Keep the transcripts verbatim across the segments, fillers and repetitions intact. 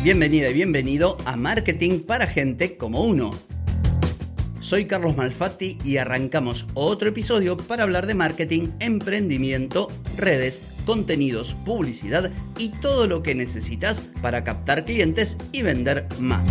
Bienvenida y bienvenido a Marketing para Gente como Uno. Soy Carlos Malfatti y arrancamos otro episodio para hablar de marketing, emprendimiento, redes, contenidos, publicidad y todo lo que necesitas para captar clientes y vender más.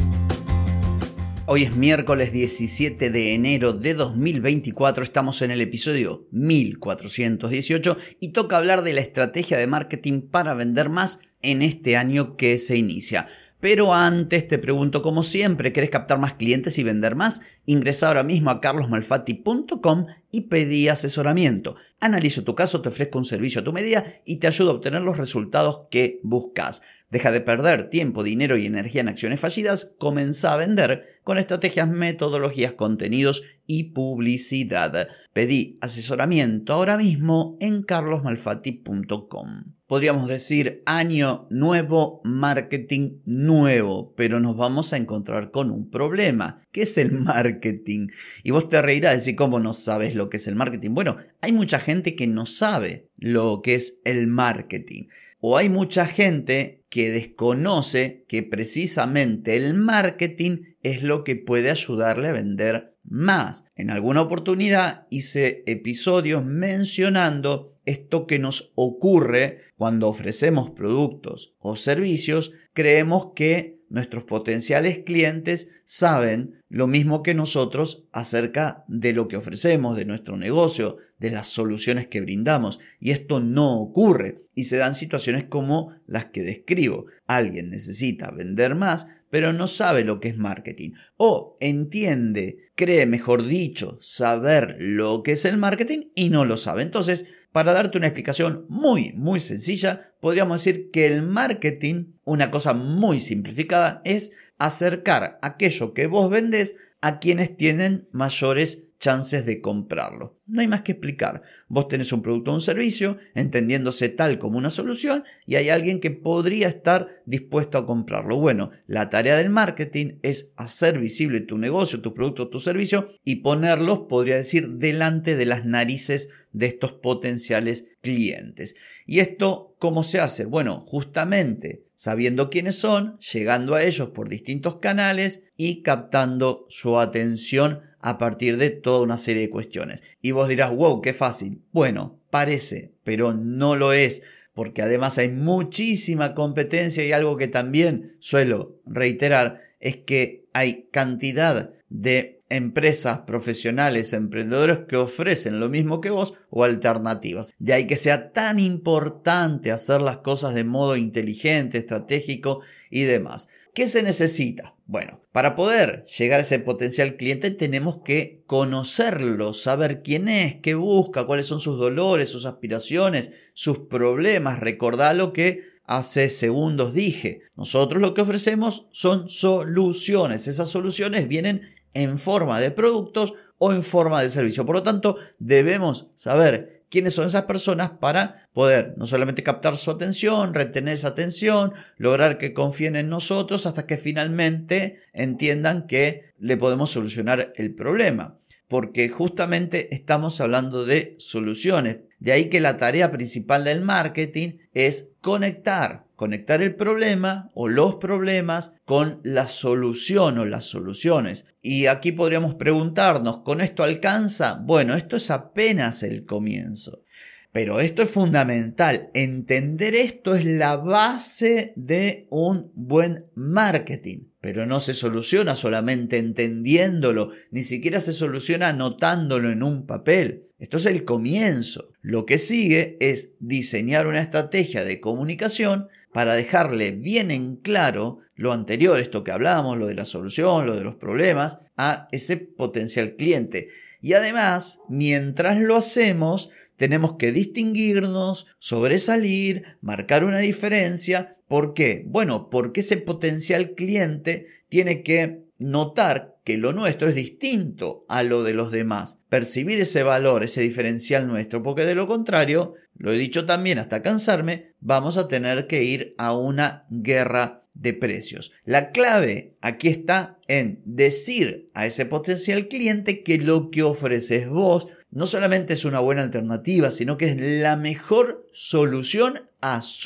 Hoy es miércoles diecisiete de enero de dos mil veinticuatro, estamos en el episodio mil cuatrocientos dieciocho y toca hablar de la estrategia de marketing para vender más en este año que se inicia. Pero antes te pregunto, como siempre, ¿querés captar más clientes y vender más? Ingresa ahora mismo a carlos malfatti punto com y pedí asesoramiento. Analizo tu caso, te ofrezco un servicio a tu medida y te ayudo a obtener los resultados que buscas. Deja de perder tiempo, dinero y energía en acciones fallidas. Comenzá a vender con estrategias, metodologías, contenidos y publicidad. Pedí asesoramiento ahora mismo en carlos malfatti punto com. Podríamos decir año nuevo, marketing nuevo, pero nos vamos a encontrar con un problema. ¿Qué es el marketing? Y vos te reirás de decir, ¿cómo no sabes lo que es el marketing? Bueno, hay mucha gente que no sabe lo que es el marketing. O hay mucha gente que desconoce que precisamente el marketing es lo que puede ayudarle a vender más. En alguna oportunidad hice episodios mencionando esto que nos ocurre cuando ofrecemos productos o servicios. Creemos que nuestros potenciales clientes saben lo mismo que nosotros acerca de lo que ofrecemos, de nuestro negocio, de las soluciones que brindamos. Y esto no ocurre. Y se dan situaciones como las que describo. Alguien necesita vender más, pero no sabe lo que es marketing. O entiende, cree, mejor dicho, saber lo que es el marketing y no lo sabe. Entonces, para darte una explicación muy, muy sencilla, podríamos decir que el marketing, una cosa muy simplificada, es acercar aquello que vos vendés a quienes tienen mayores chances de comprarlo. No hay más que explicar. Vos tenés un producto o un servicio, entendiéndose tal como una solución, y hay alguien que podría estar dispuesto a comprarlo. Bueno, la tarea del marketing es hacer visible tu negocio, tu producto, tu servicio y ponerlos, podría decir, delante de las narices de estos potenciales clientes. ¿Y esto cómo se hace? Bueno, justamente sabiendo quiénes son, llegando a ellos por distintos canales y captando su atención a partir de toda una serie de cuestiones. Y vos dirás, wow, qué fácil. Bueno, parece, pero no lo es, porque además hay muchísima competencia y algo que también suelo reiterar es que hay cantidad de empresas, profesionales, emprendedores que ofrecen lo mismo que vos o alternativas. De ahí que sea tan importante hacer las cosas de modo inteligente, estratégico y demás. ¿Qué se necesita? Bueno, para poder llegar a ese potencial cliente tenemos que conocerlo, saber quién es, qué busca, cuáles son sus dolores, sus aspiraciones, sus problemas. Recordá lo que hace segundos dije. Nosotros lo que ofrecemos son soluciones. Esas soluciones vienen en forma de productos o en forma de servicio. Por lo tanto, debemos saber quiénes son esas personas para poder no solamente captar su atención, retener esa atención, lograr que confíen en nosotros hasta que finalmente entiendan que le podemos solucionar el problema. Porque justamente estamos hablando de soluciones. De ahí que la tarea principal del marketing es conectar, conectar el problema o los problemas con la solución o las soluciones. Y aquí podríamos preguntarnos, ¿con esto alcanza? Bueno, esto es apenas el comienzo. Pero esto es fundamental. Entender esto es la base de un buen marketing. Pero no se soluciona solamente entendiéndolo, ni siquiera se soluciona anotándolo en un papel. Esto es el comienzo. Lo que sigue es diseñar una estrategia de comunicación para dejarle bien en claro lo anterior, esto que hablamos, lo de la solución, lo de los problemas, a ese potencial cliente. Y además, mientras lo hacemos, tenemos que distinguirnos, sobresalir, marcar una diferencia. ¿Por qué? Bueno, porque ese potencial cliente tiene que notar que lo nuestro es distinto a lo de los demás. Percibir ese valor, ese diferencial nuestro, porque de lo contrario, lo he dicho también hasta cansarme, vamos a tener que ir a una guerra de precios. La clave aquí está en decir a ese potencial cliente que lo que ofreces vos no solamente es una buena alternativa, sino que es la mejor solución a su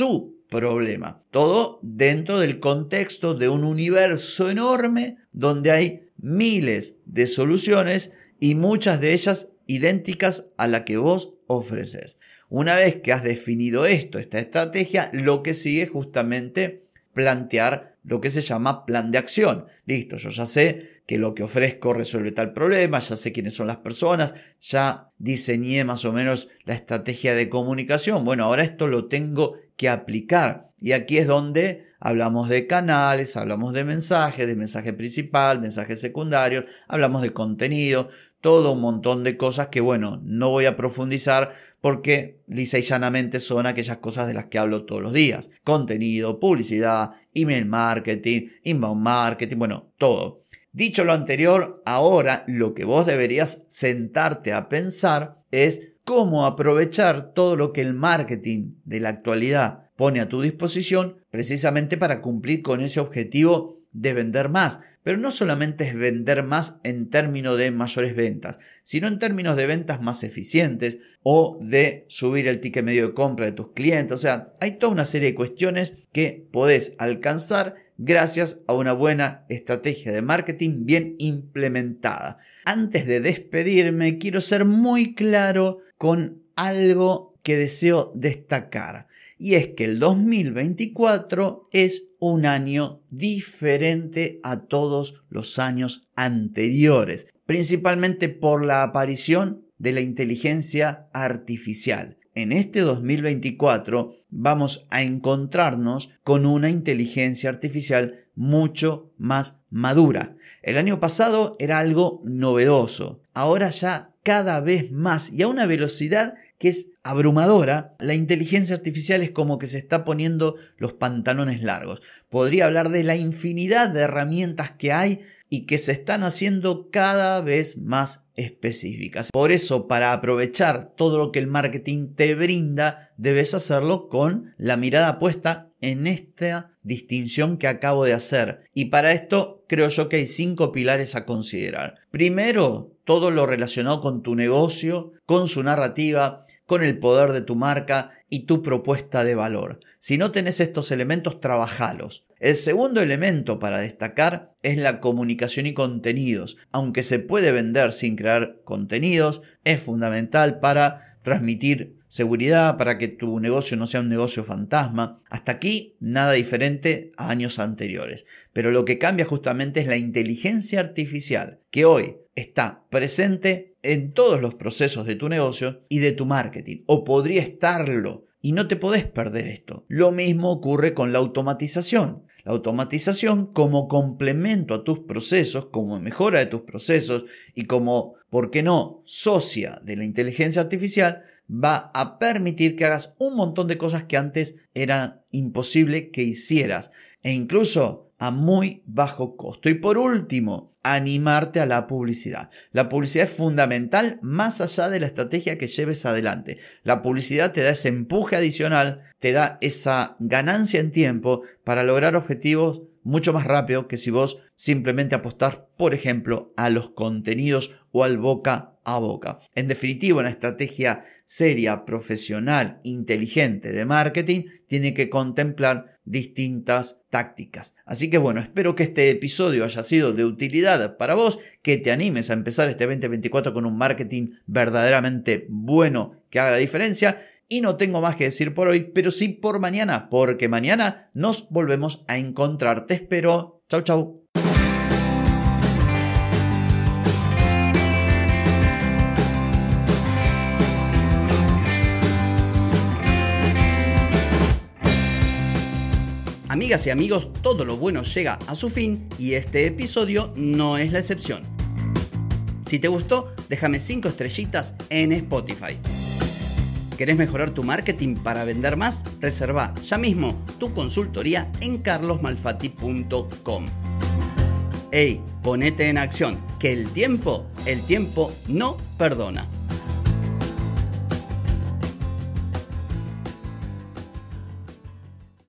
problema. Todo dentro del contexto de un universo enorme donde hay miles de soluciones y muchas de ellas idénticas a la que vos ofreces. Una vez que has definido esto, esta estrategia, lo que sigue es justamente plantear lo que se llama plan de acción. Listo, yo ya sé que lo que ofrezco resuelve tal problema, ya sé quiénes son las personas, ya diseñé más o menos la estrategia de comunicación. Bueno, ahora esto lo tengo que aplicar. Y aquí es donde hablamos de canales, hablamos de mensajes, de mensaje principal, mensajes secundarios, hablamos de contenido, todo un montón de cosas que, bueno, no voy a profundizar porque lisa y llanamente son aquellas cosas de las que hablo todos los días. Contenido, publicidad, email marketing, inbound marketing, bueno, todo. Dicho lo anterior, ahora lo que vos deberías sentarte a pensar es cómo aprovechar todo lo que el marketing de la actualidad pone a tu disposición precisamente para cumplir con ese objetivo de vender más. Pero no solamente es vender más en términos de mayores ventas, sino en términos de ventas más eficientes o de subir el ticket medio de compra de tus clientes. O sea, hay toda una serie de cuestiones que podés alcanzar gracias a una buena estrategia de marketing bien implementada. Antes de despedirme, quiero ser muy claro con algo que deseo destacar. Y es que el dos mil veinticuatro es un año diferente a todos los años anteriores, principalmente por la aparición de la inteligencia artificial. En este dos mil veinticuatro vamos a encontrarnos con una inteligencia artificial mucho más madura. El año pasado era algo novedoso, ahora ya cada vez más y a una velocidad que es abrumadora. La inteligencia artificial es como que se está poniendo los pantalones largos. Podría hablar de la infinidad de herramientas que hay y que se están haciendo cada vez más específicas. Por eso, para aprovechar todo lo que el marketing te brinda, debes hacerlo con la mirada puesta en esta distinción que acabo de hacer. Y para esto creo yo que hay cinco pilares a considerar. Primero, todo lo relacionado con tu negocio, con su narrativa, con el poder de tu marca y tu propuesta de valor. Si no tenés estos elementos, trabajalos. El segundo elemento para destacar es la comunicación y contenidos. Aunque se puede vender sin crear contenidos, es fundamental para transmitir seguridad, para que tu negocio no sea un negocio fantasma. Hasta aquí nada diferente a años anteriores. Pero lo que cambia justamente es la inteligencia artificial, que hoy está presente en todos los procesos de tu negocio y de tu marketing, o podría estarlo, y no te podés perder esto. Lo mismo ocurre con la automatización. La automatización como complemento a tus procesos, como mejora de tus procesos y como, ¿por qué no?, socia de la inteligencia artificial, va a permitir que hagas un montón de cosas que antes eran imposible que hicieras, e incluso a muy bajo costo. Y por último, animarte a la publicidad. La publicidad es fundamental más allá de la estrategia que lleves adelante. La publicidad te da ese empuje adicional, te da esa ganancia en tiempo para lograr objetivos mucho más rápido que si vos simplemente apostás, por ejemplo, a los contenidos o al boca a boca. En definitiva, una estrategia seria, profesional, inteligente de marketing tiene que contemplar distintas tácticas. Así que bueno, espero que este episodio haya sido de utilidad para vos, que te animes a empezar este veinte veinticuatro con un marketing verdaderamente bueno que haga la diferencia. Y no tengo más que decir por hoy, pero sí por mañana, porque mañana nos volvemos a encontrar. Te espero. Chau, chau. Amigas y amigos, todo lo bueno llega a su fin y este episodio no es la excepción. Si te gustó, déjame cinco estrellitas en Spotify. ¿Querés mejorar tu marketing para vender más? Reserva ya mismo tu consultoría en carlos malfatti punto com. ¡Ey! Ponete en acción, que el tiempo, el tiempo no perdona.